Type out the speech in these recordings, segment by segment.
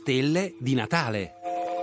stelle di Natale.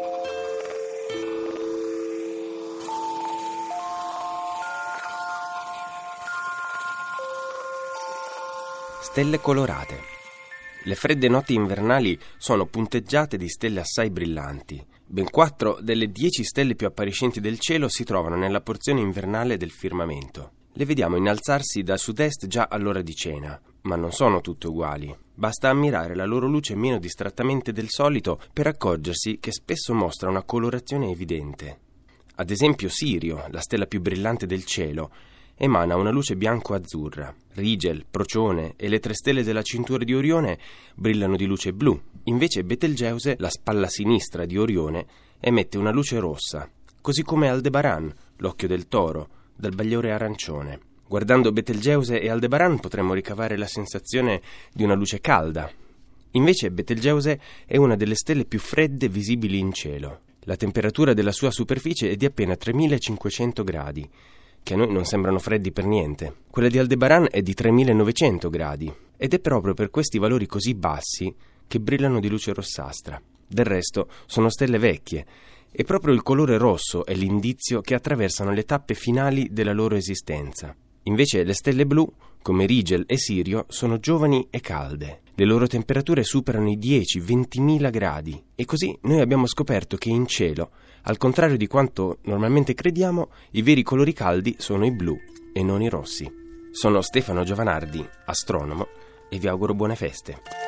Stelle colorate. Le fredde notti invernali sono punteggiate di stelle assai brillanti. Ben 4 delle 10 stelle più appariscenti del cielo si trovano nella porzione invernale del firmamento. Le vediamo innalzarsi da sud-est già all'ora di cena, ma non sono tutte uguali. Basta ammirare la loro luce meno distrattamente del solito per accorgersi che spesso mostra una colorazione evidente. Ad esempio Sirio, la stella più brillante del cielo, emana una luce bianco-azzurra. Rigel, Procione e le 3 stelle della cintura di Orione brillano di luce blu. Invece Betelgeuse, la spalla sinistra di Orione, emette una luce rossa, così come Aldebaran, l'occhio del toro, dal bagliore arancione. Guardando Betelgeuse e Aldebaran potremmo ricavare la sensazione di una luce calda. Invece Betelgeuse è una delle stelle più fredde visibili in cielo. La temperatura della sua superficie è di appena 3500 gradi, che a noi non sembrano freddi per niente. Quella di Aldebaran è di 3900 gradi, ed è proprio per questi valori così bassi che brillano di luce rossastra. Del resto sono stelle vecchie, e proprio il colore rosso è l'indizio che attraversano le tappe finali della loro esistenza. Invece le stelle blu, come Rigel e Sirio, sono giovani e calde. Le loro temperature superano i 10-20.000 gradi, e così noi abbiamo scoperto che in cielo, al contrario di quanto normalmente crediamo, i veri colori caldi sono i blu e non i rossi. Sono Stefano Giovanardi, astronomo, e vi auguro buone feste.